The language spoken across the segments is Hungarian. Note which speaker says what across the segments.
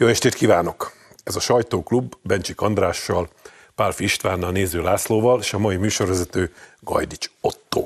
Speaker 1: Jó estét kívánok! Ez a Sajtóklub Bencsik Andrással, Pálffy Istvánnal, Néző Lászlóval és a mai műsorvezető Gajdics Ottó.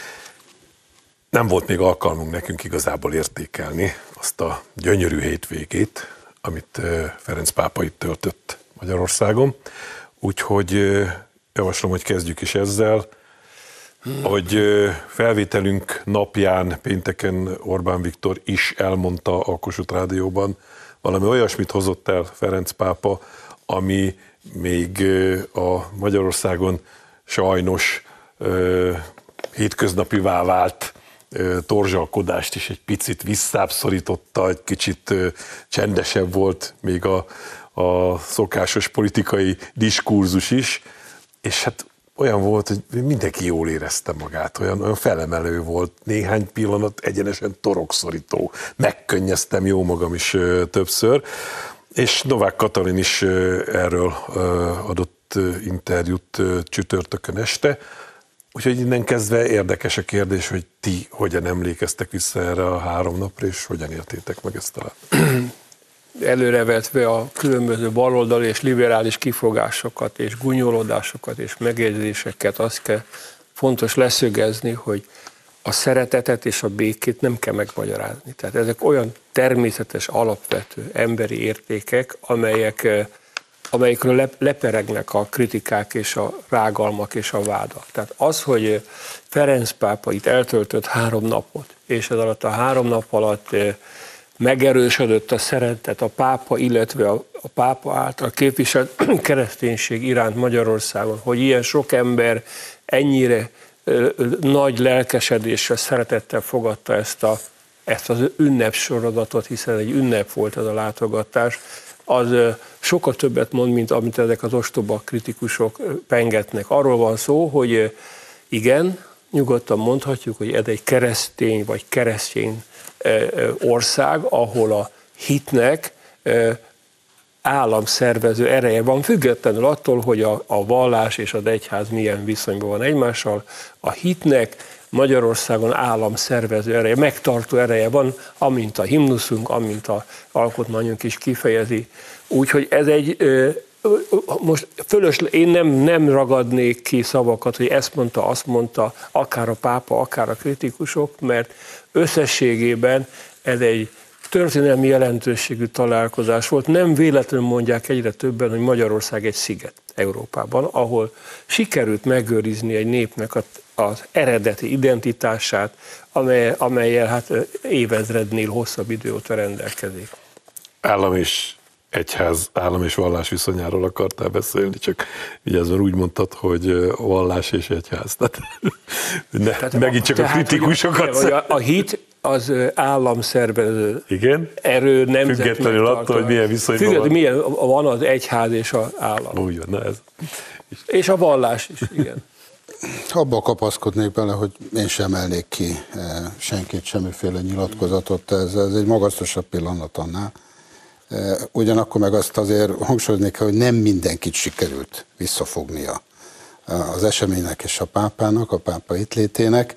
Speaker 1: Nem volt még alkalmunk nekünk igazából értékelni azt a gyönyörű hétvégét, amit Ferenc pápa itt töltött Magyarországon. Úgyhogy javaslom, hogy kezdjük is ezzel, hogy felvételünk napján, pénteken Orbán Viktor is elmondta a Kossuth Rádióban, valami olyasmit hozott el Ferenc pápa, ami még a Magyarországon sajnos hétköznapivá vált torzsalkodást is egy picit visszább szorította, egy kicsit csendesebb volt még a szokásos politikai diskurzus is, és hát olyan volt, hogy mindenki jól érezte magát, olyan felemelő volt, néhány pillanat egyenesen torokszorító, megkönnyeztem jó magam is többször, és Novák Katalin is erről adott interjút csütörtökön este, úgyhogy innen kezdve érdekes a kérdés, hogy ti hogyan emlékeztek vissza erre a 3 napra, és hogyan éltétek meg ezt a
Speaker 2: előrevetve a különböző baloldali és liberális kifogásokat, és gúnyolódásokat, és megjegyzéseket, azt kell fontos leszögezni, hogy a szeretetet és a békét nem kell megmagyarázni. Tehát ezek olyan természetes, alapvető emberi értékek, amelyekről leperegnek a kritikák és a rágalmak és a vádak. Tehát az, hogy Ferenc pápa itt eltöltött 3 napot, és ez alatt a 3 nap alatt megerősödött a szeretet a pápa, illetve a pápa által képviselt kereszténység iránt Magyarországon, hogy ilyen sok ember ennyire nagy lelkesedéssel, szeretettel fogadta ezt az ünnepsorozatot, hiszen egy ünnep volt ez a látogatás, az sokkal többet mond, mint amit ezek az ostoba kritikusok pengetnek. Arról van szó, hogy igen, nyugodtan mondhatjuk, hogy ez egy keresztény vagy keresztény ország, ahol a hitnek államszervező ereje van, függetlenül attól, hogy a vallás és az egyház milyen viszonyban van egymással. A hitnek Magyarországon államszervező ereje, megtartó ereje van, amint a himnuszunk, amint az alkotmányunk is kifejezi. Úgyhogy ez egy, most én nem ragadnék ki szavakat, hogy ezt mondta, azt mondta, akár a pápa, akár a kritikusok, mert összességében ez egy történelmi jelentőségű találkozás volt. Nem véletlenül mondják egyre többen, hogy Magyarország egy sziget Európában, ahol sikerült megőrizni egy népnek az eredeti identitását, amellyel hát évezrednél hosszabb idő óta rendelkezik.
Speaker 1: Állam és egyház, állam és vallás viszonyáról akartál beszélni, csak vigyázban úgy mondtad, hogy vallás és egyház. Tehát megint csak a kritikusokat.
Speaker 2: A hit az államszervező erő, nemzet.
Speaker 1: Függetlenül attól, hogy milyen viszonyban van.
Speaker 2: Milyen van az egyház és az állam.
Speaker 1: Úgy van, ez.
Speaker 2: És a vallás is, igen.
Speaker 3: Abba kapaszkodnék bele, hogy én sem emelnék ki senkit, semmiféle nyilatkozatot. Ez egy magasztosabb pillanat annál. Ugyanakkor meg azt azért hangsúlyozni kell, hogy nem mindenkit sikerült visszafognia az eseménynek és a pápának, a pápa itt létének,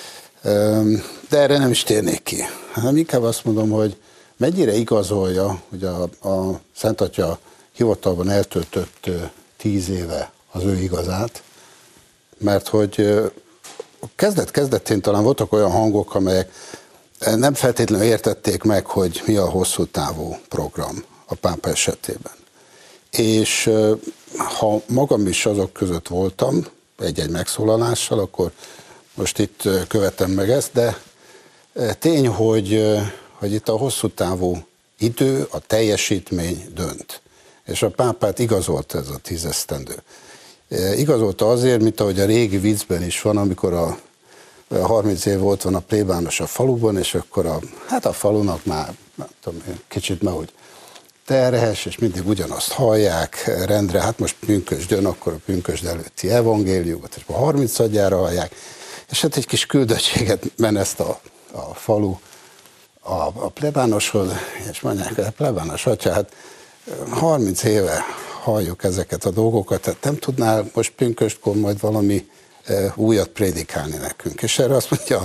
Speaker 3: de erre nem is térnék ki. hanem inkább azt mondom, hogy mennyire igazolja, hogy a Szent Atya hivatalban eltöltött 10 éve az ő igazát, mert hogy kezdetén talán voltak olyan hangok, amelyek nem feltétlenül értették meg, hogy mi a hosszú távú program a pápa esetében. És ha magam is azok között voltam, egy-egy megszólalással, akkor most itt követem meg ezt, de tény, hogy itt a hosszú távú idő, a teljesítmény dönt. És a pápát igazolta ez a 10 esztendő. Igazolta azért, mint ahogy a régi viccben is van, amikor a 30 év volt van a plébános a faluban, és akkor a falunak már, nem tudom, kicsit már úgy terhes, és mindig ugyanazt hallják rendre, hát most pünkösdön, akkor a pünkösd előtti evangéliumot, és akkor 30-adjára hallják, és hát egy kis küldöttséget meneszt a falu a plebánoshoz, és mondják, a plebános atya, hát 30 éve halljuk ezeket a dolgokat, tehát nem tudnál most pünköstkor majd valami újat prédikálni nekünk. És erre azt mondja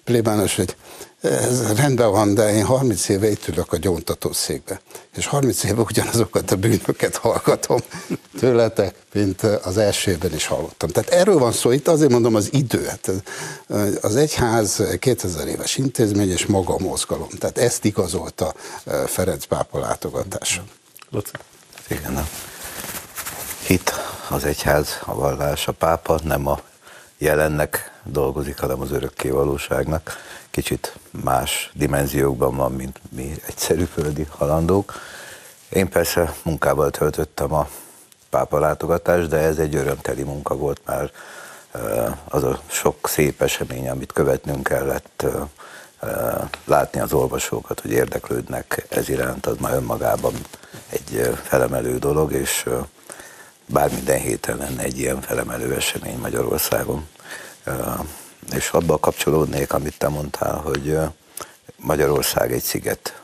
Speaker 3: plébános, hogy ez rendben van, de én 30 éve itt ülök a gyóntatószékbe, és 30 éve ugyanazokat a bűnöket hallgatom tőletek, mint az első évben is hallottam. Tehát erről van szó, itt azért mondom az idő. Az egyház 2000 éves intézmény és maga a mozgalom. Tehát ezt igazolta Ferenc pápa látogatása.
Speaker 4: Igen, a hit, az egyház, a vallás, a pápa nem a jelennek dolgozik, hanem az örökké valóságnak. Kicsit más dimenziókban van, mint mi egyszerű földi halandók. Én persze munkával töltöttem a pápa látogatást, de ez egy örömteli munka volt, mert az a sok szép esemény, amit követnünk kellett, látni az olvasókat, hogy érdeklődnek ez iránt, az már önmagában egy felemelő dolog, és bár minden héten lenne egy ilyen felemelő esemény Magyarországon. És abban kapcsolódnék, amit te mondtál, hogy Magyarország egy sziget.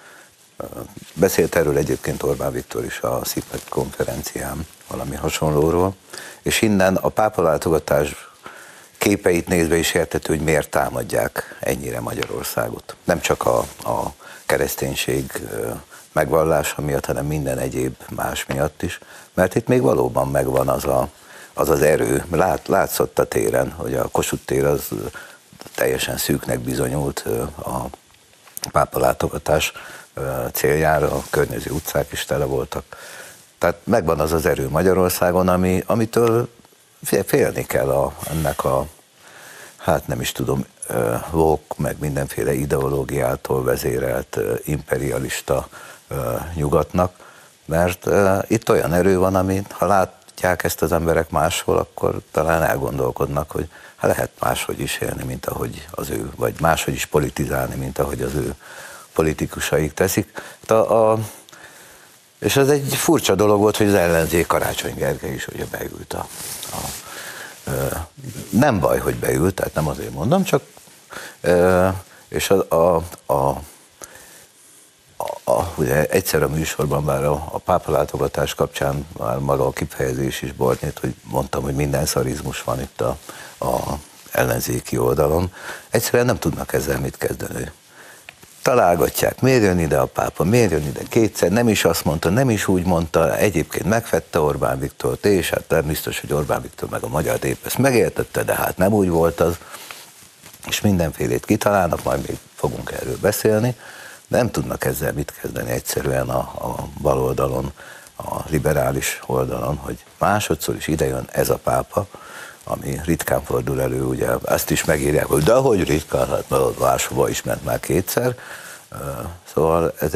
Speaker 4: Beszélt erről egyébként Orbán Viktor is a SZIPEC konferencián, valami hasonlóról, és innen a pápa látogatás képeit nézve is érthető, hogy miért támadják ennyire Magyarországot. Nem csak a kereszténység megvallása miatt, hanem minden egyéb más miatt is, mert itt még valóban megvan az erő. Látszott a téren, hogy a Kossuth tér az teljesen szűknek bizonyult a pápa látogatás céljára, a környező utcák is tele voltak. Tehát megvan az erő Magyarországon, amitől félni kell ennek a, hát nem is tudom, woke, meg mindenféle ideológiától vezérelt imperialista nyugatnak, mert itt olyan erő van, amit ha látják ezt az emberek máshol, akkor talán elgondolkodnak, hogy lehet máshogy is élni, mint ahogy az ő, vagy máshogy is politizálni, mint ahogy az ő politikusaik teszik. És ez egy furcsa dolog volt, hogy az ellenzék Karácsony Gergely is ugye beült nem baj, hogy beült, tehát nem azért mondom, csak és ugye egyszer a műsorban már a pápa látogatás kapcsán már maga a kifejezés is bornyit, hogy mondtam, hogy minden szarizmus van itt a ellenzéki oldalon. Egyszerűen nem tudnak ezzel mit kezdeni. Találgatják, miért jön ide a pápa, miért jön ide kétszer, nem is azt mondta, nem is úgy mondta, egyébként megfette Orbán Viktort, és hát nem biztos, hogy Orbán Viktor meg a magyar nép ezt megértette, de hát nem úgy volt az, és mindenfélét kitalálnak, majd még fogunk erről beszélni, de nem tudnak ezzel mit kezdeni egyszerűen a baloldalon, a liberális oldalon, hogy másodszor is ide jön ez a pápa, ami ritkán fordul elő, ugye ezt is megírják, hogy de hogy ritkán, hát mert máshova is ment már kétszer. Szóval ez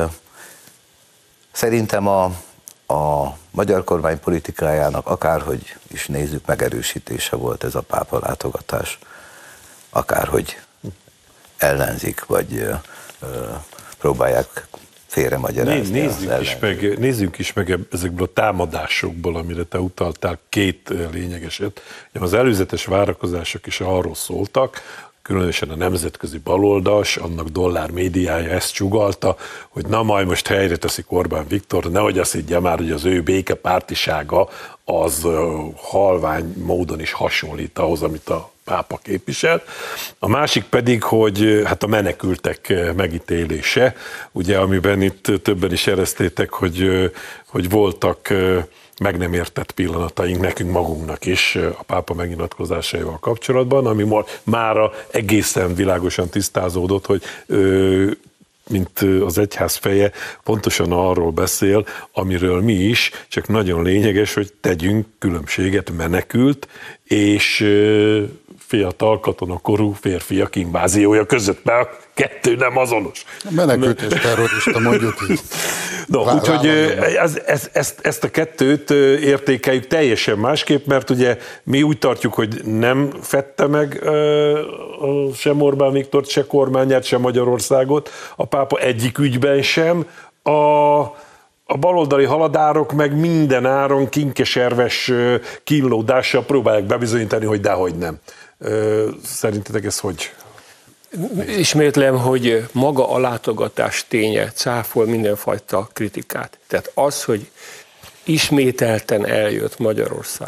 Speaker 4: szerintem a magyar kormány politikájának akárhogy is nézzük, megerősítése volt ez a pápa látogatás. Akárhogy ellenzik, vagy próbálják félremagyarázni.
Speaker 1: Nézzünk is meg ezekből a támadásokból, amire te utaltál, két lényegeset. Az előzetes várakozások is arról szóltak, különösen a nemzetközi baloldals, annak dollár médiája ezt csugalta, hogy na majd most helyre teszik Orbán Viktor, nehogy azt higgye már, hogy az ő békepártisága az halvány módon is hasonlít ahhoz, amit a pápa képviselt. A másik pedig, hogy hát a menekültek megítélése, ugye amiben itt többen is eresztétek, hogy voltak meg nem értett pillanataink nekünk magunknak is a pápa megnyilatkozásaival kapcsolatban, ami mára egészen világosan tisztázódott, hogy mint az egyház feje, pontosan arról beszél, amiről mi is, csak nagyon lényeges, hogy tegyünk különbséget menekült és fiatal katonakorú férfiak inváziója között, mert a kettő nem azonos.
Speaker 3: Menekült és terrorista, mondjuk így.
Speaker 1: No, úgyhogy ezt a kettőt értékeljük teljesen másképp, mert ugye mi úgy tartjuk, hogy nem fette meg sem Orbán Viktort, se kormányát, se Magyarországot, a pápa egyik ügyben sem, a baloldali haladárok meg minden áron kinkeserves kínlódással próbálják bebizonyítani, hogy dehogy nem. Szerintetek ez hogy?
Speaker 2: Ismétlem, hogy maga a látogatás ténye cáfol mindenfajta kritikát. Tehát az, hogy ismételten eljött Magyarországra,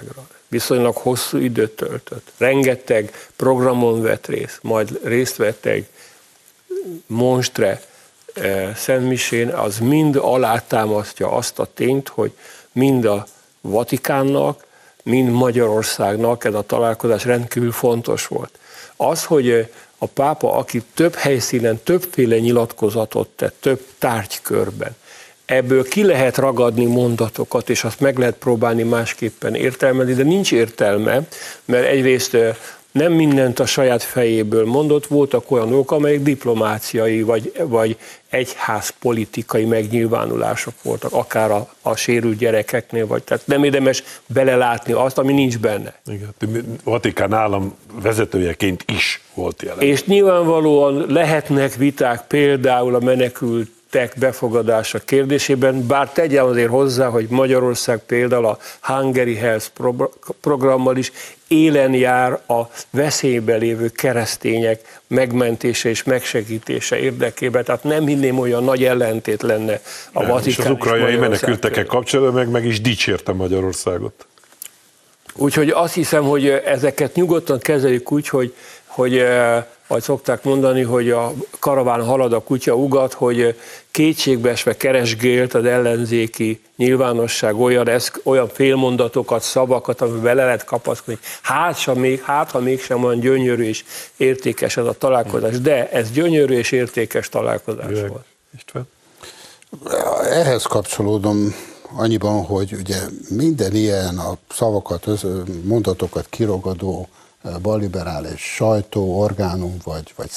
Speaker 2: viszonylag hosszú időt töltött. Rengeteg programon vett részt, majd részt vett egy monstre szentmisén, az mind alátámasztja azt a tényt, hogy mind a Vatikánnak, mind Magyarországnak ez a találkozás rendkívül fontos volt. Az, hogy a pápa, aki több helyszínen többféle nyilatkozatot tett, több tárgykörben, ebből ki lehet ragadni mondatokat, és azt meg lehet próbálni másképpen értelmezni, de nincs értelme, mert egyrészt nem mindent a saját fejéből mondott, voltak olyan dolgok, amelyek diplomáciai vagy egyházpolitikai megnyilvánulások voltak, akár a sérült gyerekeknél, vagy tehát nem érdemes belelátni azt, ami nincs benne.
Speaker 1: Igen, Vatikán állam vezetőjeként is volt jelen.
Speaker 2: És nyilvánvalóan lehetnek viták például a menekültek befogadása kérdésében, bár tegyem azért hozzá, hogy Magyarország például a Hungary Health programmal is élen jár a veszélyben lévő keresztények megmentése és megsegítése érdekében, tehát nem hinném, olyan nagy ellentét lenne a Vatikán és
Speaker 1: az ukrajnai menekültekkel kapcsolatban meg is dicsérte Magyarországot.
Speaker 2: Úgyhogy azt hiszem, hogy ezeket nyugodtan kezeljük úgy, hogy ahogy szokták mondani, hogy a karaván halad, a kutya ugat, hogy kétségbeesve keresgélt az ellenzéki nyilvánosság olyan félmondatokat, szavakat, amivel bele lehet kapaszkodni. Hát, ha mégsem olyan gyönyörű és értékes ez a találkozás. De ez gyönyörű és értékes találkozás volt.
Speaker 1: István?
Speaker 3: Ehhez kapcsolódom annyiban, hogy ugye minden ilyen a szavakat, mondatokat kirogadó balliberális sajtó, orgánum vagy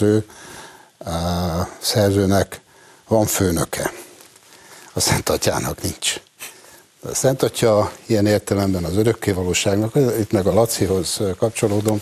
Speaker 3: szerzőnek van főnöke. A Szent Atyának nincs. A Szent Atya ilyen értelemben az örökkévalóságnak, itt meg a Lacihoz kapcsolódom,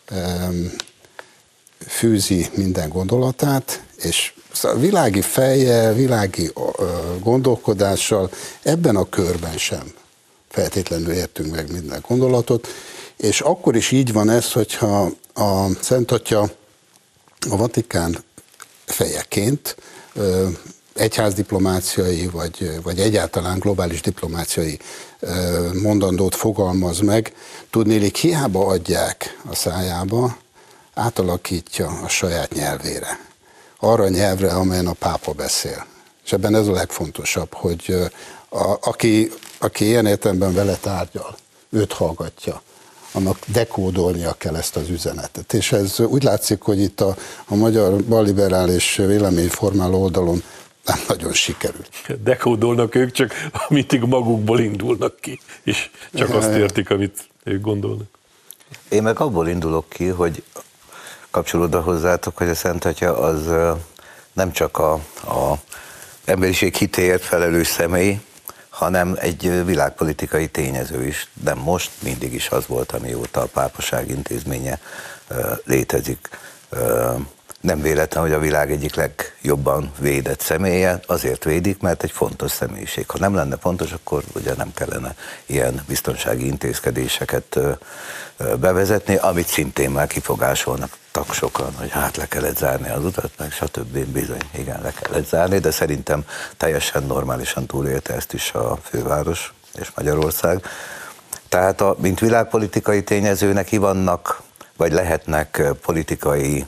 Speaker 3: fűzi minden gondolatát, és világi fejjel, világi gondolkodással ebben a körben sem feltétlenül értünk meg minden gondolatot, és akkor is így van ez, hogyha a Szent Atya a Vatikán fejeként egyházdiplomáciai, vagy egyáltalán globális diplomáciai mondandót fogalmaz meg, tudnélik hiába adják a szájába, átalakítja a saját nyelvére. Arra a nyelvre, amelyen a pápa beszél. És ebben ez a legfontosabb, hogy aki ilyen értelemben vele tárgyal, őt hallgatja, annak dekódolnia kell ezt az üzenetet. És ez úgy látszik, hogy itt a magyar balliberális véleményformáló oldalon nem nagyon sikerült.
Speaker 1: Dekódolnak ők, csak mindig magukból indulnak ki, és csak azt értik, amit ők gondolnak.
Speaker 4: Én meg abból indulok ki, hogy kapcsolódva hozzátok, hogy a Szent Atya az nem csak a emberiség hitéért felelős személy, hanem egy világpolitikai tényező is. De most mindig is az volt, amióta a pápaság intézménye létezik. Nem véletlen, hogy a világ egyik legjobban védett személye, azért védik, mert egy fontos személyiség. Ha nem lenne fontos, akkor ugye nem kellene ilyen biztonsági intézkedéseket bevezetni, amit szintén már kifogásolnak sokan, hogy hát le kellett zárni az utat, meg stb. Bizony, igen, le kellett zárni, de szerintem teljesen normálisan túlélte ezt is a főváros és Magyarország. Tehát mint világpolitikai tényező neki vannak, vagy lehetnek politikai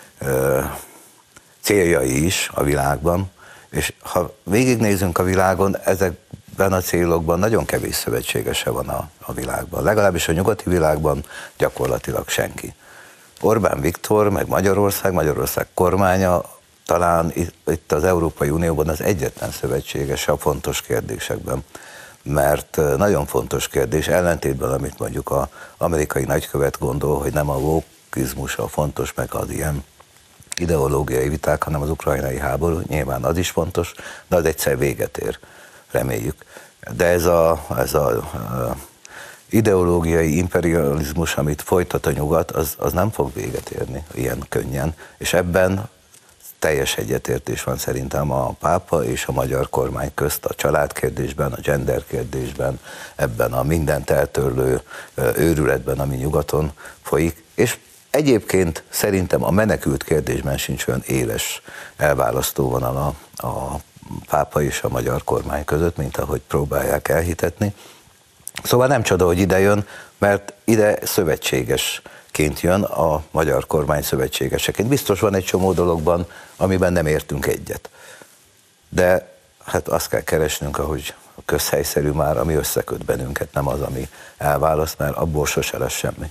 Speaker 4: céljai is a világban, és ha végignézünk a világon, ezekben a célokban nagyon kevés szövetségese van a világban. Legalábbis a nyugati világban gyakorlatilag senki. Orbán Viktor, meg Magyarország kormánya talán itt az Európai Unióban az egyetlen szövetségese a fontos kérdésekben. Mert nagyon fontos kérdés, ellentétben, amit mondjuk az amerikai nagykövet gondol, hogy nem a wokizmus a fontos, meg az ilyen ideológiai viták, hanem az ukrajnai háború, nyilván az is fontos, de az egyszer véget ér, reméljük. De ez a ideológiai imperializmus, amit folytat a nyugat, az nem fog véget érni ilyen könnyen, és ebben teljes egyetértés van szerintem a pápa és a magyar kormány közt a családkérdésben, a gender kérdésben, ebben a mindent eltörlő őrületben, ami nyugaton folyik, és egyébként szerintem a menekült kérdésben sincs olyan éles elválasztó vonal a pápa és a magyar kormány között, mint ahogy próbálják elhitetni. Szóval nem csoda, hogy ide jön, mert ide szövetségesként jön, a magyar kormány szövetségeseként. Biztos van egy csomó dologban, amiben nem értünk egyet. De hát azt kell keresnünk, ahogy a közhelyszerű már, ami összeköt bennünket, nem az, ami elválaszt, mert abból sose lesz semmi.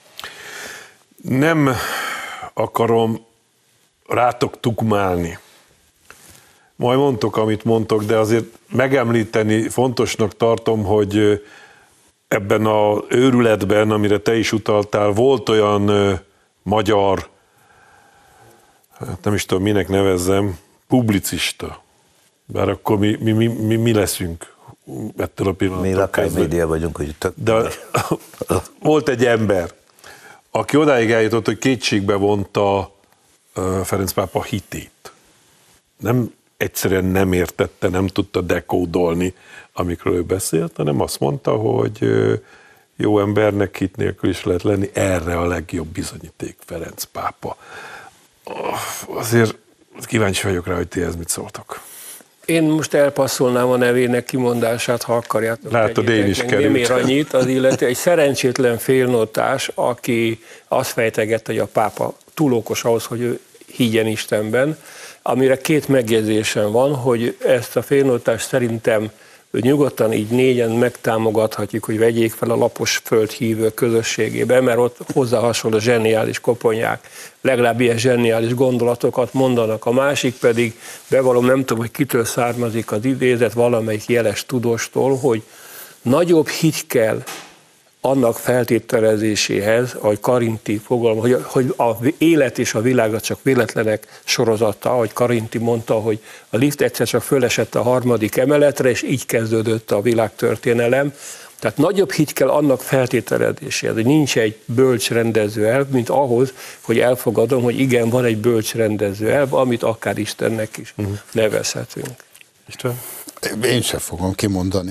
Speaker 1: Nem akarom rátok tukmálni. Majd mondtok, amit mondtok, de azért megemlíteni fontosnak tartom, hogy ebben az őrületben, amire te is utaltál, volt olyan magyar, nem is tudom, minek nevezzem, publicista. Bár akkor mi leszünk ettől a pillanattól.
Speaker 4: Mi lakásmédia vagyunk, hogy tök...
Speaker 1: De volt egy ember, aki odáig eljutott, hogy kétségbe vonta Ferenc pápa hitét. Egyszerűen nem értette, nem tudta dekódolni, amikről ő beszélt, hanem azt mondta, hogy jó embernek hit nélkül is lehet lenni, erre a legjobb bizonyíték Ferenc pápa. Azért kíváncsi vagyok rá, hogy ti ez mit szóltok.
Speaker 2: Én most elpasszolnám a nevének kimondását, ha akarjátok.
Speaker 1: Látod, én is került.
Speaker 2: Nem ér annyit, az illető egy szerencsétlen félnotás, aki azt fejtegette, hogy a pápa túl okos ahhoz, hogy ő higgyen Istenben, amire két megjegyzésem van, hogy ezt a félnotást szerintem nyugodtan így négyen megtámogathatjuk, hogy vegyék fel a lapos földhívő közösségébe, mert ott hozzá hasonló zseniális koponyák, legalább ilyen zseniális gondolatokat mondanak. A másik pedig, bevallom, nem tudom, hogy kitől származik az idézet, valamelyik jeles tudóstól, hogy nagyobb hit kell annak feltételezéséhez, ahogy Karinti fogalmaz, hogy az élet és a világ csak véletlenek sorozata, ahogy Karinti mondta, hogy a lift egyszer csak fölesett a 3. emeletre, és így kezdődött a világtörténelem. Tehát nagyobb hit kell annak feltételezéséhez, hogy nincs egy bölcs rendező elv, mint ahhoz, hogy elfogadom, hogy igen, van egy bölcs rendező elv, amit akár Istennek is nevezhetünk.
Speaker 1: Isten?
Speaker 3: Én sem fogom kimondani.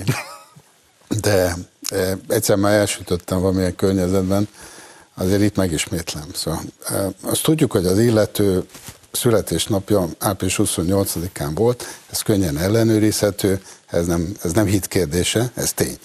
Speaker 3: De egyszer már elsütöttem valamilyen környezetben, azért itt megismétlem. Szóval, azt tudjuk, hogy az illető születésnapja április 28-án volt, ez könnyen ellenőrizhető, ez nem hit kérdése, ez tény.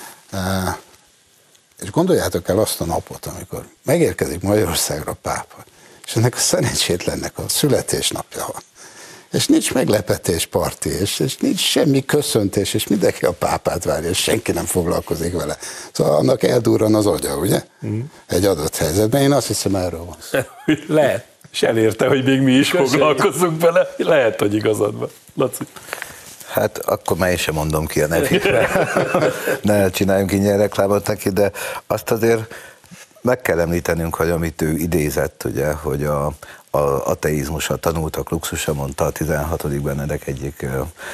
Speaker 3: És gondoljátok el azt a napot, amikor megérkezik Magyarországra a pápa, és ennek a szerencsétlennek a születésnapja van. És nincs meglepetésparti, és nincs semmi köszöntés, és mindenki a pápát várja, és senki nem foglalkozik vele. Szóval annak eldurran az agya, ugye? Egy adott helyzetben. Én azt hiszem, erről van szó.
Speaker 2: Lehet.
Speaker 1: És elérte, hogy még mi is foglalkozunk vele. Lehet, hogy igazad van. Laci.
Speaker 4: Hát akkor már én sem mondom ki a nevét, ne csináljunk ingyen reklámot neki, de azt azért meg kell említenünk, hogy amit ő idézett, ugye, hogy a ateizmus, a tanultak luxusa, mondta a 16. Benedek egyik,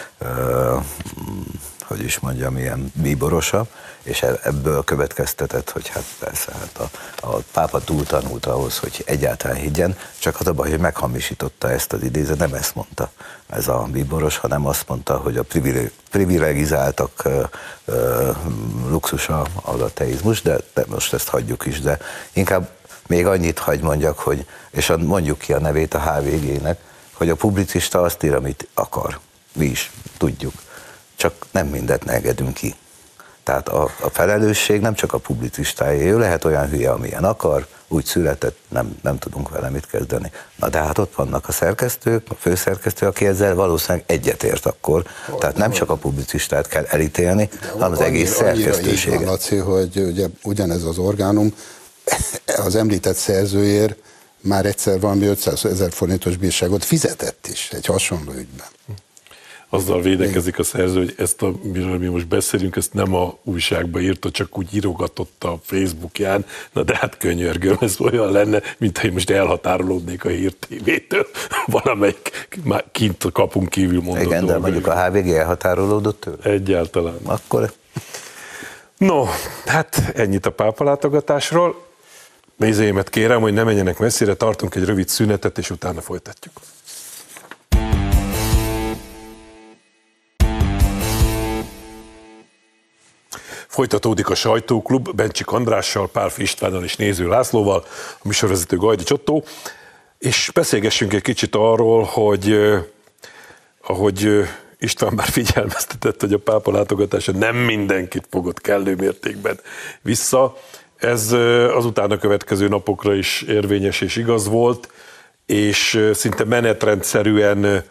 Speaker 4: hogy is mondjam, ilyen bíborosa, és ebből következtetett, hogy hát persze, hát a pápa túl tanult ahhoz, hogy egyáltalán higgyen, csak az a baj, hogy meghamisította ezt az idézet, nem ezt mondta ez a bíboros, hanem azt mondta, hogy a privilegizáltak luxusa az ateizmus, de most ezt hagyjuk is, de inkább még annyit hagy mondjak, hogy, és mondjuk ki a nevét a HVG-nek, hogy a publicista azt ír, amit akar. Mi is tudjuk. Csak nem mindent engedünk ki. Tehát a felelősség nem csak a publicistáé, ő lehet olyan hülye, amilyen akar, úgy született, nem tudunk vele mit kezdeni. Na de hát ott vannak a szerkesztők, a főszerkesztő, aki ezzel valószínűleg egyetért akkor. Tehát nem csak a publicistát kell elítélni, hanem az egész szerkesztőséget.
Speaker 3: Így van, Laci, hogy ugye ugyanez az orgánum az említett szerzőért már egyszer valami 500 000 forintos bírságot fizetett is egy hasonló ügyben.
Speaker 1: Azzal védekezik a szerző, hogy ezt, amiről mi most beszélünk, ezt nem a újságba írta, csak úgy írogatott a Facebookján. Na de hát könyörgöm, ez olyan lenne, mintha én most elhatárolódnék a Hír TV-től. Valamelyik kint a kapunk kívül mondott.
Speaker 4: Igen, de mondjuk a HVG elhatárolódott tőle?
Speaker 1: Egyáltalán.
Speaker 4: Akkor...
Speaker 1: No, hát ennyit a pápa látogatásról. Nézőimet kérem, hogy ne menjenek messzire, tartunk egy rövid szünetet, és utána folytatjuk. Folytatódik a sajtóklub Bencsik Andrással, Pálffy Istvánnal és Néző Lászlóval, a műsorvezető Gajdics Ottó, és beszélgessünk egy kicsit arról, hogy ahogy István már figyelmeztetett, hogy a pápa látogatása nem mindenkit fogott kellő mértékben vissza. Ez az utána következő napokra is érvényes és igaz volt, és szinte menetrendszerűen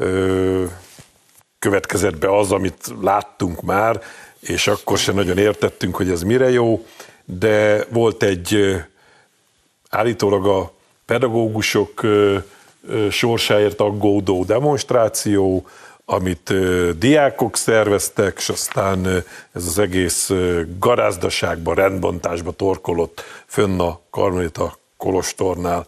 Speaker 1: következett be az, amit láttunk már, és akkor se nagyon értettünk, hogy ez mire jó, de volt egy állítólag a pedagógusok sorsáért aggódó demonstráció, amit diákok szerveztek, és aztán ez az egész garázdaságba, rendbontásba torkolott fönn a karmelita kolostornál.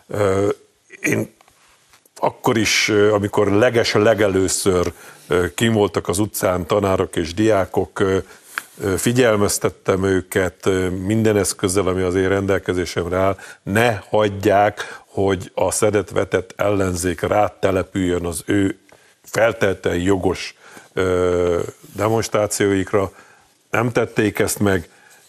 Speaker 1: Én akkor is, amikor legelőször kim voltak az utcán tanárok és diákok, figyelmeztettem őket minden eszközzel, ami az én rendelkezésemre áll, ne hagyják, hogy a szedett-vetett ellenzék rátelepüljön az ő feltétlenül jogos demonstrációikra. Nem tették ezt meg,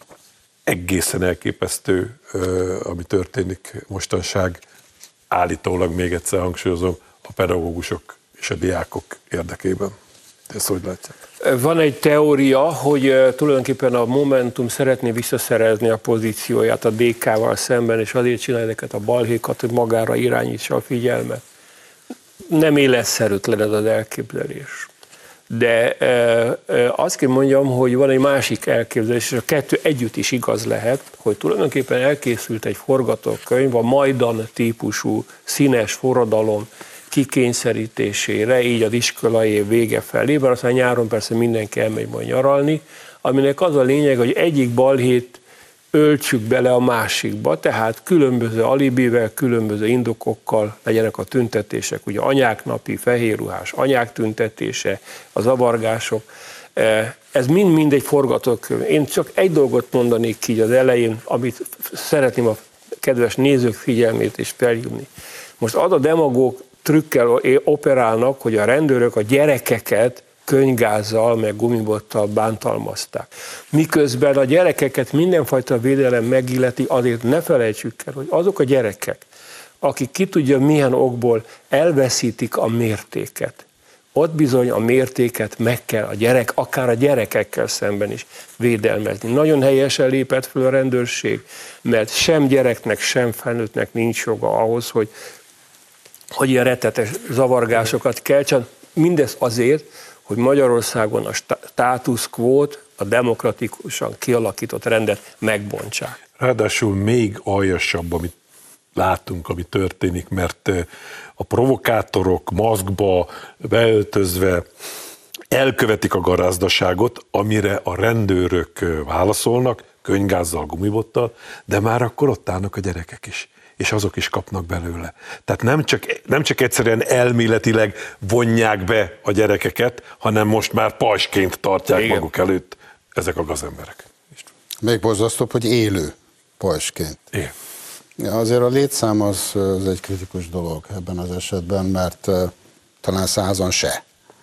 Speaker 1: egészen elképesztő, ami történik mostanság, állítólag még egyszer hangsúlyozom, a pedagógusok és a diákok érdekében. Ezt hogy látják?
Speaker 2: Van egy teória, hogy tulajdonképpen a Momentum szeretné visszaszerezni a pozícióját a DK-val szemben, és azért csinálja ezeket a balhékat, hogy magára irányítsa a figyelmet. Nem életszerűtlen ez az elképzelés. De azt kell mondjam, hogy van egy másik elképzelés, és a kettő együtt is igaz lehet, hogy tulajdonképpen elkészült egy forgatókönyv a Majdan típusú színes forradalom kikényszerítésére, így az iskolai év vége felé, mert aztán nyáron persze mindenki elmegy majd nyaralni, aminek az a lényeg, hogy egyik balhét öltsük bele a másikba, tehát különböző alibivel, különböző indokokkal legyenek a tüntetések, ugye anyák napi, fehérruhás anyák tüntetése, a zavargások, ez mind egy forgatókönyv. Én csak egy dolgot mondanék ki az elején, amit szeretném a kedves nézők figyelmét is felhívni. Most az a demagóg trükkel operálnak, hogy a rendőrök a gyerekeket könyvgázzal, meg gumibottal bántalmazták. Miközben a gyerekeket mindenfajta védelem megilleti, azért ne felejtsük el, hogy azok a gyerekek, akik ki tudja milyen okból elveszítik a mértéket, ott bizony a mértéket meg kell akár a gyerekekkel szemben is védelmezni. Nagyon helyesen lépett fel a rendőrség, mert sem gyereknek, sem felnőttnek nincs joga ahhoz, hogy ilyen rettetes zavargásokat keltsen. Mindez azért, hogy Magyarországon a status quót, a demokratikusan kialakított rendet megbontsák.
Speaker 1: Ráadásul még aljasabb, amit látunk, ami történik, mert a provokátorok maszkba beöltözve elkövetik a garázdaságot, amire a rendőrök válaszolnak, könyvgázzal, gumibottal, de már akkor ott állnak a gyerekek is, és azok is kapnak belőle. Tehát nem csak egyszerűen elméletileg vonják be a gyerekeket, hanem most már pajsként tartják igen. maguk előtt ezek a gazemberek.
Speaker 3: Még borzasztóbb, hogy élő pajsként.
Speaker 1: Igen.
Speaker 3: Ja, azért a létszám az egy kritikus dolog ebben az esetben, mert talán 100-an se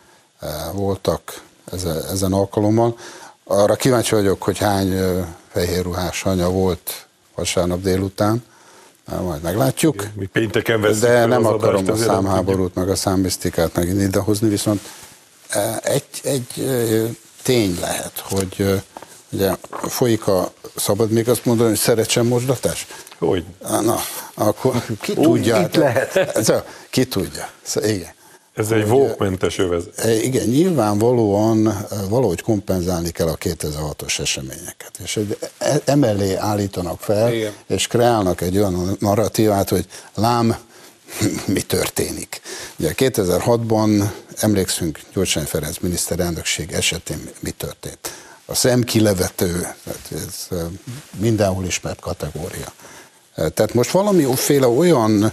Speaker 3: voltak ezen alkalommal. Arra kíváncsi vagyok, hogy hány fehérruhás anya volt vasárnap délután, majd meglátjuk.
Speaker 1: Mi pénteken veszünk,
Speaker 3: de nem akarom a számháborút, meg a számmisztikát megint idehozni, viszont egy tény lehet, hogy ugye folyik a, szabad még azt mondani, hogy szeretsen mosdatás?
Speaker 1: Hogy?
Speaker 3: Na, akkor ki tudja.
Speaker 4: Itt lehet.
Speaker 3: Ki tudja. Igen.
Speaker 1: Ez egy vókmentes övezet.
Speaker 3: Igen, nyilvánvalóan valahogy kompenzálni kell a 2006-os eseményeket. És emellé állítanak fel, igen. és kreálnak egy olyan narratívát, hogy lám, mi történik. Ugye 2006-ban emlékszünk Gyurcsány Ferenc miniszterelnökség esetén mi történt. A szemkilevető, ez mindenhol ismert kategória. Tehát most valamiféle olyan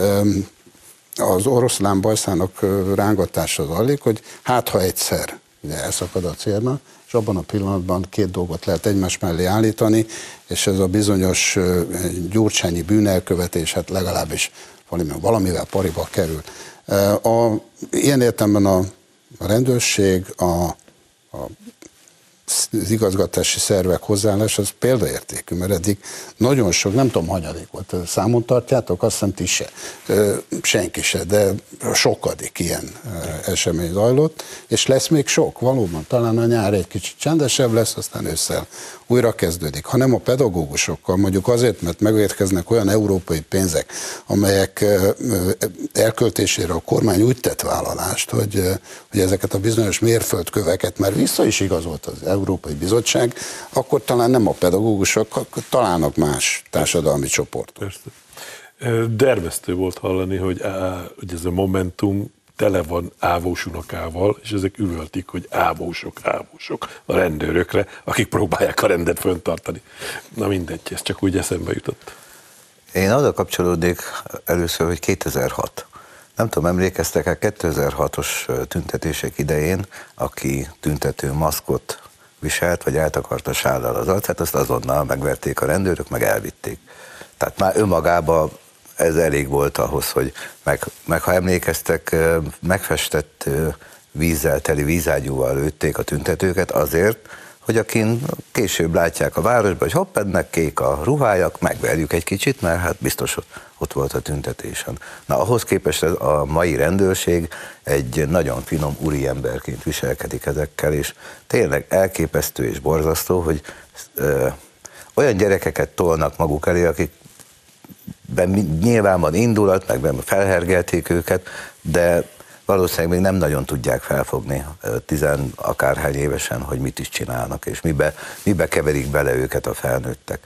Speaker 3: az oroszlán bajszának rángatása zajlik, hogy hát ha egyszer elszakad a célna, és abban a pillanatban két dolgot lehet egymás mellé állítani, és ez a bizonyos gyurcsányi bűnelkövetés, hát legalábbis valamivel pariba kerül. Ilyen értelemben a rendőrség, a az igazgatási szervek hozzáállás az példaértékű, mert eddig nagyon sok, nem tudom, hanyadik volt, számon tartjátok, azt hiszem ti se, senki se, de sokadik ilyen esemény zajlott, és lesz még sok, valóban, talán a nyár egy kicsit csendesebb lesz, aztán ősszel újra kezdődik. Ha nem a pedagógusokkal, mondjuk azért, mert megérkeznek olyan európai pénzek, amelyek elköltésére a kormány úgy tett vállalást, hogy ezeket a bizonyos mérföldköveket már vissza is igazolt az Európai Bizottság, akkor talán nem a pedagógusok, találnak más társadalmi csoport.
Speaker 1: Persze. Dermesztő volt hallani, hogy ez a Momentum tele van ávós unokával, és ezek üvöltik, hogy ávósok a rendőrökre, akik próbálják a rendet föntartani. Na mindegy, ez csak úgy eszembe jutott.
Speaker 4: Én oda kapcsolódnék először, hogy 2006. Nem tudom, emlékeztek-e 2006-os tüntetések idején, aki tüntető maszkot viselt, vagy eltakarta sállal az arcát, azt azonnal megverték a rendőrök, meg elvitték. Tehát már önmagában ez elég volt ahhoz, hogy meg ha emlékeztek, megfestett vízzel teli vízágyúval lőtték a tüntetőket azért, hogy akin később látják a városban, hogy hopp, ennek kék a ruhájak, megverjük egy kicsit, mert hát biztos ott volt a tüntetésen. Na, ahhoz képest a mai rendőrség egy nagyon finom úriemberként viselkedik ezekkel, és tényleg elképesztő és borzasztó, hogy olyan gyerekeket tolnak maguk elé, akik nyilván van indulat, meg felhergelték őket, de valószínűleg még nem nagyon tudják felfogni 10 akárhány évesen, hogy mit is csinálnak, és mibe keverik bele őket a felnőttek.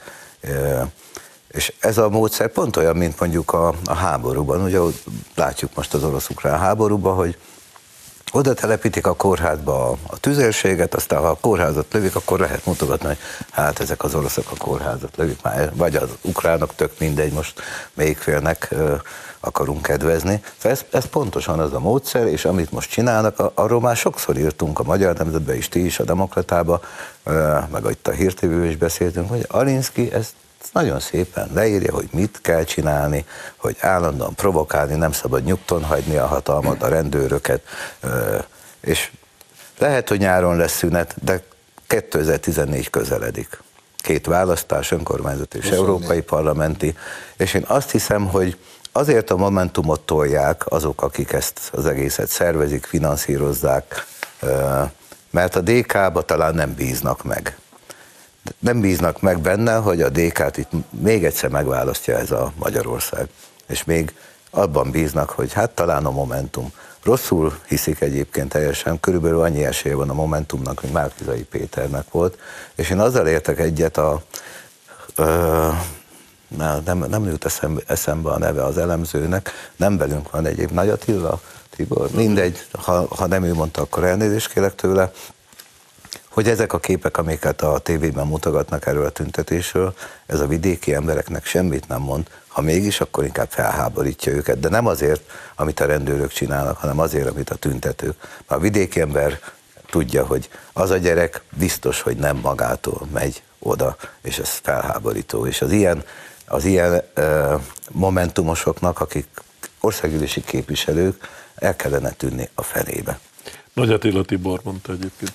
Speaker 4: És ez a módszer pont olyan, mint mondjuk a háborúban. Ugye látjuk most az orosz-ukrán háborúban, hogy oda telepítik a kórházba a tüzérséget, aztán ha a kórházat lövik, akkor lehet mutogatni, hogy hát ezek az oroszok a kórházat lövik már, vagy az ukránok, tök mindegy, most melyik félnek akarunk kedvezni. Szóval ez pontosan az a módszer, és amit most csinálnak, arról már sokszor írtunk a Magyar Nemzetben is, ti is a Demokratában, meg itt a Hír TV-ben is beszéltünk, hogy Alinsky ezt nagyon szépen leírja, hogy mit kell csinálni, hogy állandóan provokálni, nem szabad nyugton hagyni a hatalmat, a rendőröket, és lehet, hogy nyáron lesz szünet, de 2014 közeledik. 2 választás, önkormányzati és európai parlamenti, és én azt hiszem, hogy azért a Momentumot tolják azok, akik ezt az egészet szervezik, finanszírozzák, mert a DK-ba talán nem bíznak meg. Nem bíznak meg benne, hogy a DK-t itt még egyszer megválasztja ez a Magyarország. És még abban bíznak, hogy hát talán a Momentum. Rosszul hiszik egyébként teljesen, körülbelül annyi esélye van a Momentumnak, mint Márki-Zay Péternek volt. És én azzal értek egyet nem jut eszembe a neve az elemzőnek, nem velünk van egyéb, Nagy Attila, Tibor, mindegy, ha nem ő mondta, akkor elnézést kérek tőle, hogy ezek a képek, amiket a tévében mutogatnak erről a tüntetésről, ez a vidéki embereknek semmit nem mond, ha mégis, akkor inkább felháborítja őket, de nem azért, amit a rendőrök csinálnak, hanem azért, amit a tüntetők. A vidéki ember tudja, hogy az a gyerek biztos, hogy nem magától megy oda, és ez felháborító, és az ilyen momentumosoknak, akik országgyűlési képviselők, el kellene tűnni a fenébe.
Speaker 1: Nagy Attila Tibor mondta egyébként.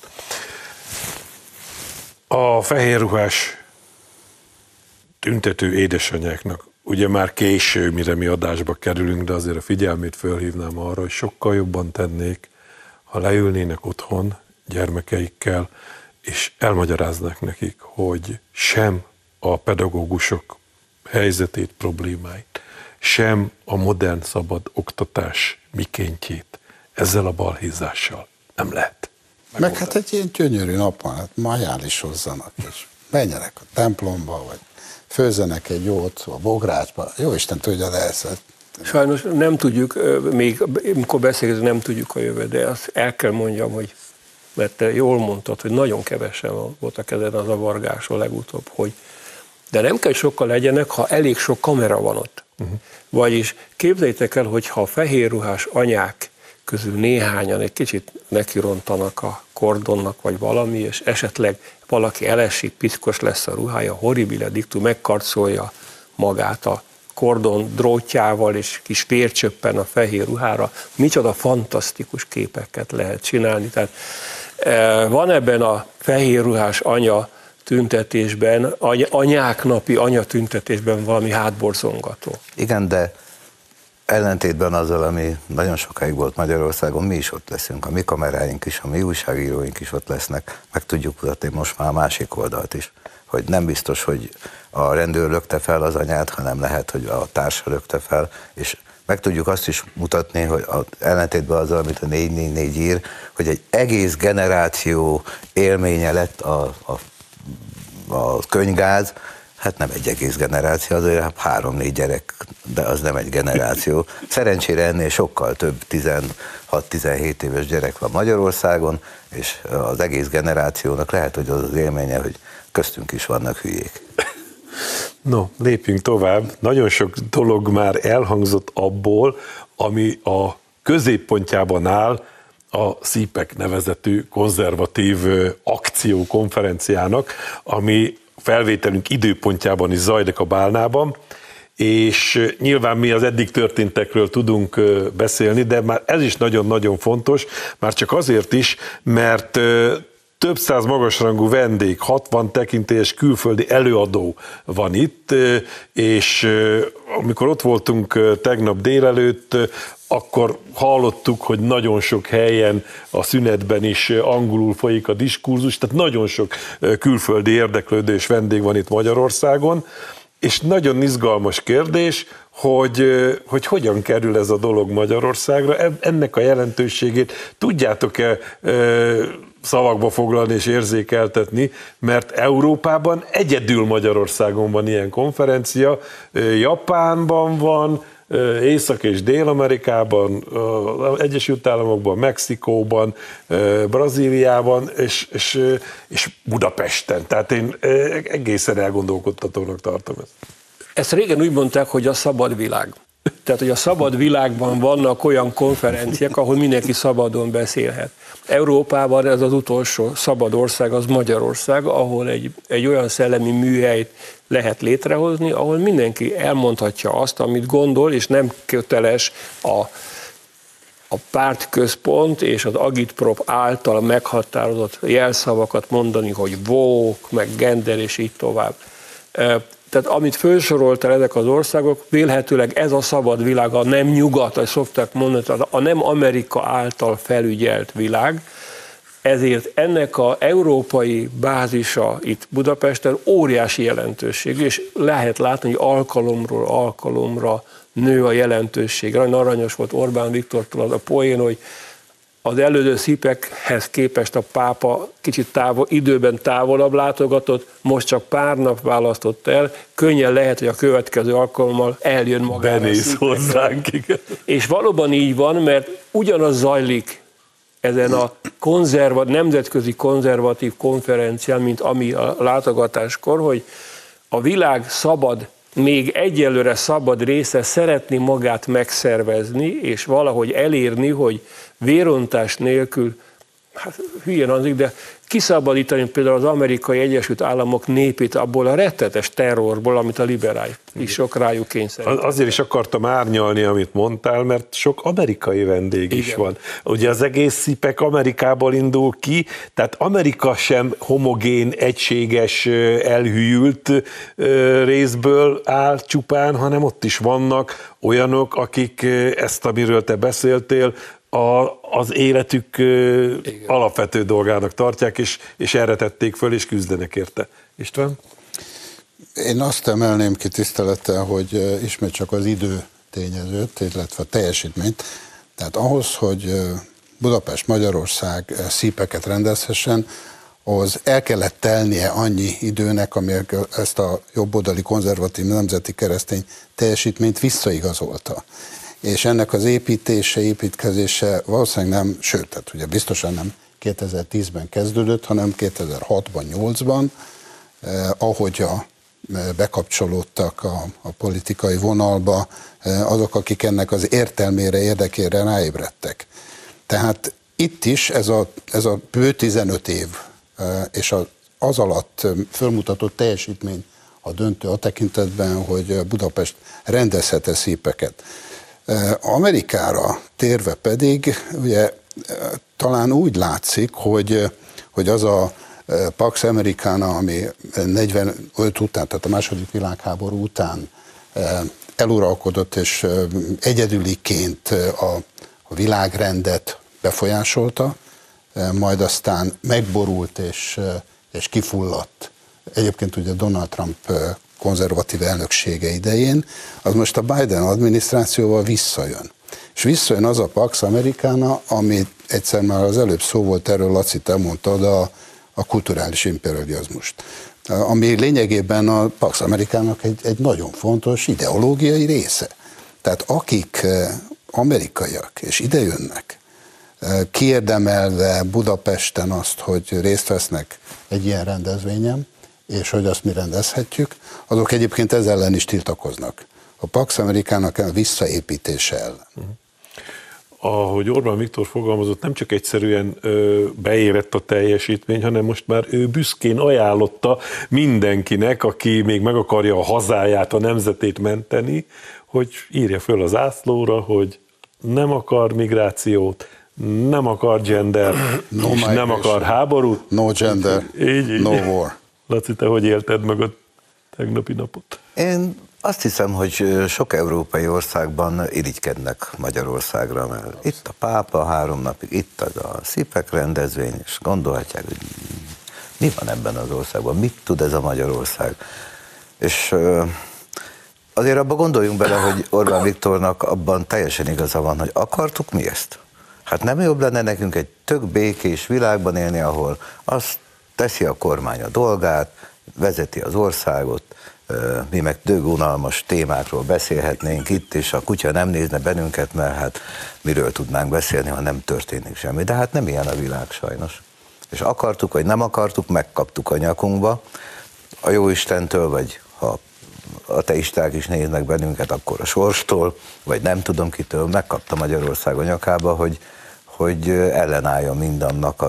Speaker 1: A fehérruhás tüntető édesanyáknak ugye már késő, mire mi adásba kerülünk, de azért a figyelmét fölhívnám arra, hogy sokkal jobban tennék, ha leülnének otthon gyermekeikkel, és elmagyaráznák nekik, hogy sem a pedagógusok helyzetét, problémáit, sem a modern szabad oktatás mikéntjét ezzel a balhézással nem lehet.
Speaker 3: Meg hát egy ilyen gyönyörű nap van, hát majál is hozzanak, és menjenek a templomba, vagy főzzenek egy jót a bográcsba, jó Isten tudja, de ezt.
Speaker 2: Sajnos nem tudjuk, még amikor beszélgetünk, nem tudjuk a jövőt, de azt el kell mondjam, hogy, mert te jól mondtad, hogy nagyon kevesen voltak ezen a zavargáson legutóbb, hogy de nem kell sokkal legyenek, ha elég sok kamera van ott. Vagyis képzeljétek el, hogy ha a fehérruhás anyák közül néhányan egy kicsit nekirontanak a kordonnak, vagy valami, és esetleg valaki elesik, piszkos lesz a ruhája, horribile dictu, megkarcolja magát a kordon drótjával, és kis vércsöppen a fehér ruhára, micsoda fantasztikus képeket lehet csinálni. Tehát Van ebben a fehér ruhás anya tüntetésben, anyák napi anya tüntetésben valami hátborzongató.
Speaker 4: Igen, de ellentétben azzal, ami nagyon sokáig volt Magyarországon, mi is ott leszünk, a mi kameráink is, a mi újságíróink is ott lesznek, meg tudjuk mutatni most már a másik oldalt is, hogy nem biztos, hogy a rendőr lökte fel az anyát, hanem lehet, hogy a társa lökte fel, és meg tudjuk azt is mutatni, hogy ellentétben azzal, amit a 444 ír, hogy egy egész generáció élménye lett a könygáz, hát nem egy egész generáció, azért 3-4 gyerek, de az nem egy generáció. Szerencsére ennél sokkal több 16-17 éves gyerek van Magyarországon, és az egész generációnak lehet, hogy az az élménye, hogy köztünk is vannak hülyék.
Speaker 1: No, lépjünk tovább. Nagyon sok dolog már elhangzott abból, ami a középpontjában áll a CPAC nevezetű konzervatív akciókonferenciának, ami felvételünk időpontjában is zajlik a Bálnában, és nyilván mi az eddig történtekről tudunk beszélni, de már ez is nagyon-nagyon fontos, már csak azért is, mert több száz magasrangú vendég, 60 tekintélyes külföldi előadó van itt, és amikor ott voltunk tegnap délelőtt, akkor hallottuk, hogy nagyon sok helyen a szünetben is angolul folyik a diskurzus, tehát nagyon sok külföldi érdeklődő és vendég van itt Magyarországon, és nagyon izgalmas kérdés, hogy hogyan kerül ez a dolog Magyarországra, ennek a jelentőségét tudjátok-e szavakba foglalni és érzékeltetni, mert Európában egyedül Magyarországon van ilyen konferencia, Japánban van, Észak- és Dél-Amerikában, az Egyesült Államokban, Mexikóban, Brazíliában és Budapesten. Tehát én egészen elgondolkodtatónak tartom ezt.
Speaker 2: Ezt régen úgy mondták, hogy a szabad világ. Tehát, hogy a szabad világban vannak olyan konferenciák, ahol mindenki szabadon beszélhet. Európában ez az utolsó szabad ország, az Magyarország, ahol egy olyan szellemi műhelyt lehet létrehozni, ahol mindenki elmondhatja azt, amit gondol, és nem köteles a pártközpont és az agitprop által meghatározott jelszavakat mondani, hogy woke, meg gender, és így tovább. Tehát amit felsoroltál ezek az országok, vélhetőleg ez a szabad világ, a nem nyugat, ahogy szokták mondani, a nem Amerika által felügyelt világ, ezért ennek az európai bázisa itt Budapesten óriási jelentőségű, és lehet látni, hogy alkalomról alkalomra nő a jelentőség. Nagyon aranyos volt Orbán Viktortól az a poén, hogy az előző CPAC-hez képest a pápa kicsit időben távolabb látogatott, most csak pár nap választott el, könnyen lehet, hogy a következő alkalommal eljön magára.
Speaker 1: Benéz hozzánk, igen.
Speaker 2: És valóban így van, mert ugyanaz zajlik ezen a nemzetközi konzervatív konferencián, mint ami a látogatáskor, hogy a világ szabad, még egyelőre szabad része szeretné magát megszervezni, és valahogy elérni, hogy vérontás nélkül, hát hülyén hangzik, de kiszabadítani például az Amerikai Egyesült Államok népét abból a rettetes terrorból, amit a liberális sok rájuk kényszerít.
Speaker 1: Azért is akartam árnyalni, amit mondtál, mert sok amerikai vendég is van. Ugye az egész CPAC Amerikából indul ki, tehát Amerika sem homogén, egységes, elhűlt részből áll csupán, hanem ott is vannak olyanok, akik ezt, amiről te beszéltél, az életük alapvető dolgának tartják, és erre tették föl, és küzdenek érte. István?
Speaker 3: Én azt emelném ki tisztelettel, hogy ismét csak az idő tényezőt, illetve a teljesítményt. Tehát ahhoz, hogy Budapest, Magyarország CPAC-et rendezhessen, ahhoz el kellett telnie annyi időnek, ami ezt a jobboldali konzervatív nemzeti keresztény teljesítményt visszaigazolta. És ennek az építkezése valószínűleg nem, sőt, tehát ugye biztosan nem 2010-ben kezdődött, hanem 2006-ban, 2008-ban, ahogy bekapcsolódtak a politikai vonalba azok, akik ennek az értelmére, érdekére ráébredtek. Tehát itt is ez a bő 15 év, és az alatt fölmutatott teljesítmény a döntő a tekintetben, hogy Budapest rendezhet-e CPAC-et. Amerikára térve pedig, ugye talán úgy látszik, hogy az a Pax Americana, ami 45 után, tehát a második világháború után eluralkodott, és egyedüliként a világrendet befolyásolta, majd aztán megborult és kifulladt. Egyébként ugye Donald Trump konzervatív elnöksége idején, az most a Biden adminisztrációval visszajön. És visszajön az a Pax Americana, ami egyszer már az előbb szó volt erről, Laci, te mondtad, a kulturális imperializmust. Ami lényegében a Pax Amerikának egy nagyon fontos ideológiai része. Tehát akik amerikaiak és idejönnek, kiérdemelve Budapesten azt, hogy részt vesznek egy ilyen rendezvényen, és hogy azt mi rendezhetjük, azok egyébként ezzel ellen is tiltakoznak. A Pax Amerikának a visszaépítése ellen.
Speaker 1: Ahogy Orbán Viktor fogalmazott, nem csak egyszerűen beérett a teljesítmény, hanem most már ő büszkén ajánlotta mindenkinek, aki még meg akarja a hazáját, a nemzetét menteni, hogy írja föl az zászlóra, hogy nem akar migrációt, nem akar gender, és nem akar háborút.
Speaker 3: No gender,
Speaker 1: így.
Speaker 3: No war.
Speaker 1: Laci, te hogy élted meg a tegnapi napot?
Speaker 4: Én azt hiszem, hogy sok európai országban irigykednek Magyarországra, mert itt a pápa 3 napig, itt az a SZIPEC rendezvény, és gondolhatják, hogy mi van ebben az országban, mit tud ez a Magyarország. És azért abba gondoljunk bele, hogy Orbán Viktornak abban teljesen igaza van, hogy akartuk mi ezt? Hát nem jobb lenne nekünk egy tök békés világban élni, ahol azt teszi a kormány a dolgát, vezeti az országot, mi meg dögunalmas témákról beszélhetnénk itt, és a kutya nem nézne bennünket, mert hát miről tudnánk beszélni, ha nem történik semmi. De hát nem ilyen a világ sajnos. És akartuk, vagy nem akartuk, megkaptuk a nyakunkba. A Jóistentől, vagy ha ateisták is néznek bennünket, akkor a sorstól, vagy nem tudom kitől, megkapta Magyarország a nyakába, hogy ellenálljon mindannak,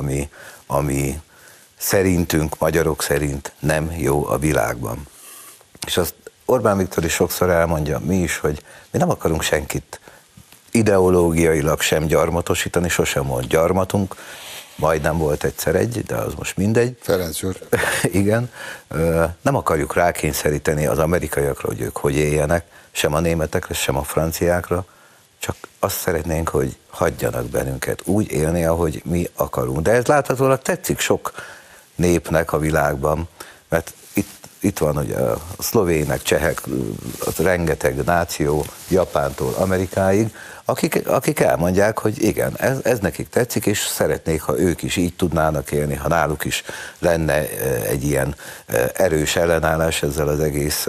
Speaker 4: ami szerintünk, magyarok szerint nem jó a világban. És azt Orbán Viktor is sokszor elmondja, mi is, hogy mi nem akarunk senkit ideológiailag sem gyarmatosítani, sosem volt gyarmatunk, majdnem volt egyszer egy, de az most mindegy.
Speaker 3: Ferenc úr.
Speaker 4: Igen. Nem akarjuk rákényszeríteni az amerikaiakra, hogy ők hogy éljenek, sem a németekre, sem a franciákra, csak azt szeretnénk, hogy hagyjanak bennünket úgy élni, ahogy mi akarunk. De ez láthatólag tetszik sok népnek a világban, mert itt van ugye a szlovének, csehek, az rengeteg náció, Japántól Amerikáig, akik elmondják, hogy igen, ez nekik tetszik, és szeretnék, ha ők is így tudnának élni, ha náluk is lenne egy ilyen erős ellenállás ezzel az egész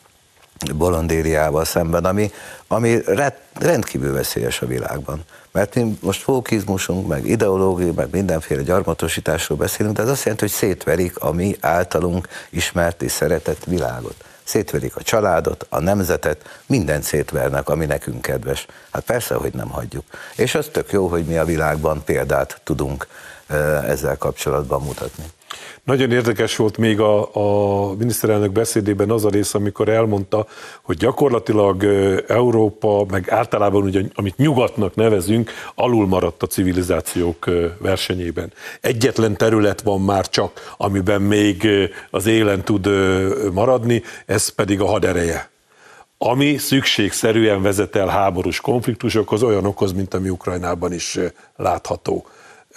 Speaker 4: bolondériával szemben, ami rendkívül veszélyes a világban. Mert mi most fókizmusunk, meg ideológia, meg mindenféle gyarmatosításról beszélünk, de ez azt jelenti, hogy szétverik a mi általunk ismert és szeretett világot. Szétverik a családot, a nemzetet, mindent szétvernek, ami nekünk kedves. Hát persze, hogy nem hagyjuk. És az tök jó, hogy mi a világban példát tudunk ezzel kapcsolatban mutatni.
Speaker 1: Nagyon érdekes volt még a miniszterelnök beszédében az a rész, amikor elmondta, hogy gyakorlatilag Európa, meg általában ugye, amit nyugatnak nevezünk, alul maradt a civilizációk versenyében. Egyetlen terület van már csak, amiben még az élen tud maradni, ez pedig a hadereje. Ami szükségszerűen vezet el háborús konfliktusokhoz, olyanokhoz, mint ami Ukrajnában is látható.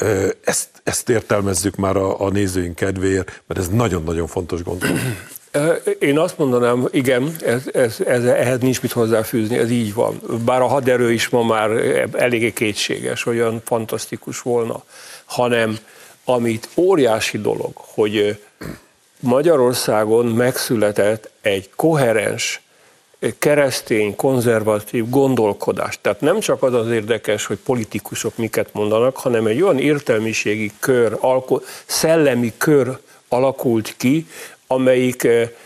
Speaker 1: Ezt értelmezzük már a nézőink kedvéért, mert ez nagyon-nagyon fontos gondolat.
Speaker 2: Én azt mondanám, igen, ehhez nincs mit hozzáfűzni, ez így van. Bár a haderő is ma már eléggé kétséges, olyan fantasztikus volna, hanem amit óriási dolog, hogy Magyarországon megszületett egy koherens, keresztény, konzervatív gondolkodás. Tehát nem csak az az érdekes, hogy politikusok miket mondanak, hanem egy olyan értelmiségi kör, szellemi kör alakult ki, amelyik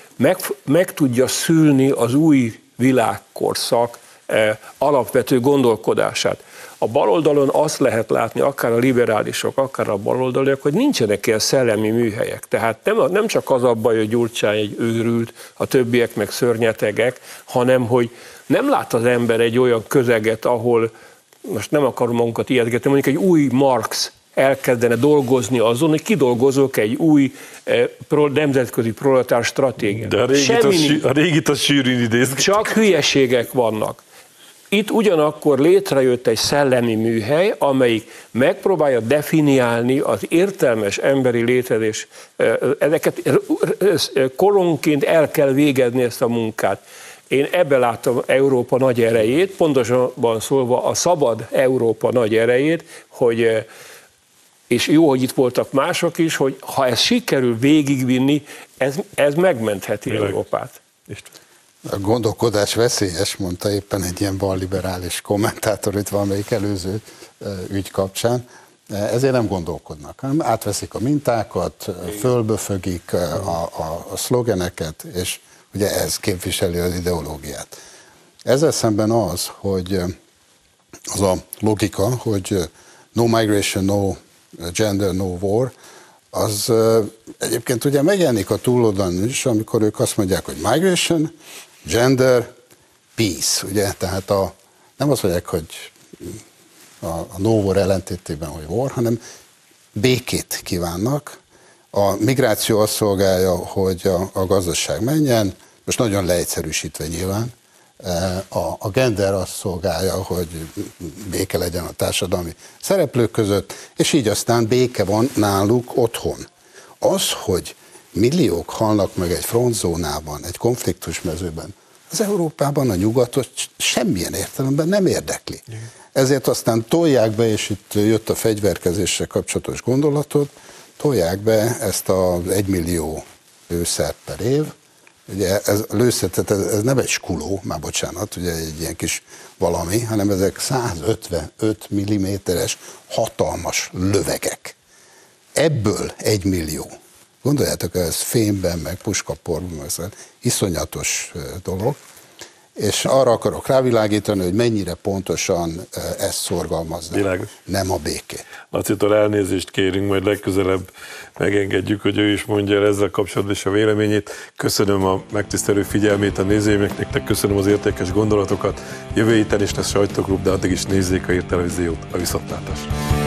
Speaker 2: meg tudja szülni az új világkorszak alapvető gondolkodását. A baloldalon azt lehet látni, akár a liberálisok, akár a baloldaliak, hogy nincsenek ilyen szellemi műhelyek. Tehát nem csak az a baj, hogy Gyurcsány egy őrült, a többiek meg szörnyetegek, hanem hogy nem lát az ember egy olyan közeget, ahol most nem akarom magunkat ijesztgetni, mondjuk egy új Marx elkezdene dolgozni azon, hogy kidolgozok egy új nemzetközi proletár stratégiát.
Speaker 1: De a régit a sűrűn idézget.
Speaker 2: Csak hülyeségek vannak. Itt ugyanakkor létrejött egy szellemi műhely, amelyik megpróbálja definiálni az értelmes emberi létezés. Ezeket koronként el kell végezni ezt a munkát. Én ebben látom Európa nagy erejét, pontosabban szólva a szabad Európa nagy erejét, hogy, és jó, hogy itt voltak mások is, hogy ha ez sikerül végigvinni, ez megmentheti Európát.
Speaker 3: A gondolkodás veszélyes, mondta éppen egy ilyen balliberális kommentátor itt valamelyik előző ügy kapcsán. Ezért nem gondolkodnak, hanem átveszik a mintákat, fölböfögik a szlogeneket, és ugye ez képviseli az ideológiát. Ezzel szemben az, hogy az a logika, hogy no migration, no gender, no war, az egyébként ugye megjelenik a túloldalon is, amikor ők azt mondják, hogy migration, gender, peace, ugye, tehát nem azt mondják, hogy a no war ellentétében, hogy war, hanem békét kívánnak. A migráció azt szolgálja, hogy a gazdaság menjen, most nagyon leegyszerűsítve nyilván, a gender azt szolgálja, hogy béke legyen a társadalmi szereplők között, és így aztán béke van náluk otthon. Az, hogy milliók halnak meg egy frontzónában, egy konfliktusmezőben, az Európában a nyugatot semmilyen értelemben nem érdekli. Ezért aztán tolják be, és itt jött a fegyverkezéssel kapcsolatos gondolatot, tolják be ezt az 1 millió lőszert per év. Ugye ez nem egy skuló, már bocsánat, ugye egy ilyen kis valami, hanem ezek 155 mm-es hatalmas lövegek. Ebből 1 millió. Gondoljátok, ez fémben, meg puskaporban, ez iszonyatos dolog. És arra akarok rávilágítani, hogy mennyire pontosan ezt szorgalmazza.
Speaker 1: Világos.
Speaker 3: Nem a békét.
Speaker 1: Lacitól elnézést kérünk, majd legközelebb megengedjük, hogy ő is mondja el ezzel kapcsolatban is a véleményét. Köszönöm a megtisztelő figyelmét a nézőimnek, nektek köszönöm az értékes gondolatokat. Jövő héten is lesz sajtóklub, de addig is nézzék a Hír Televíziót, a viszontlátásra.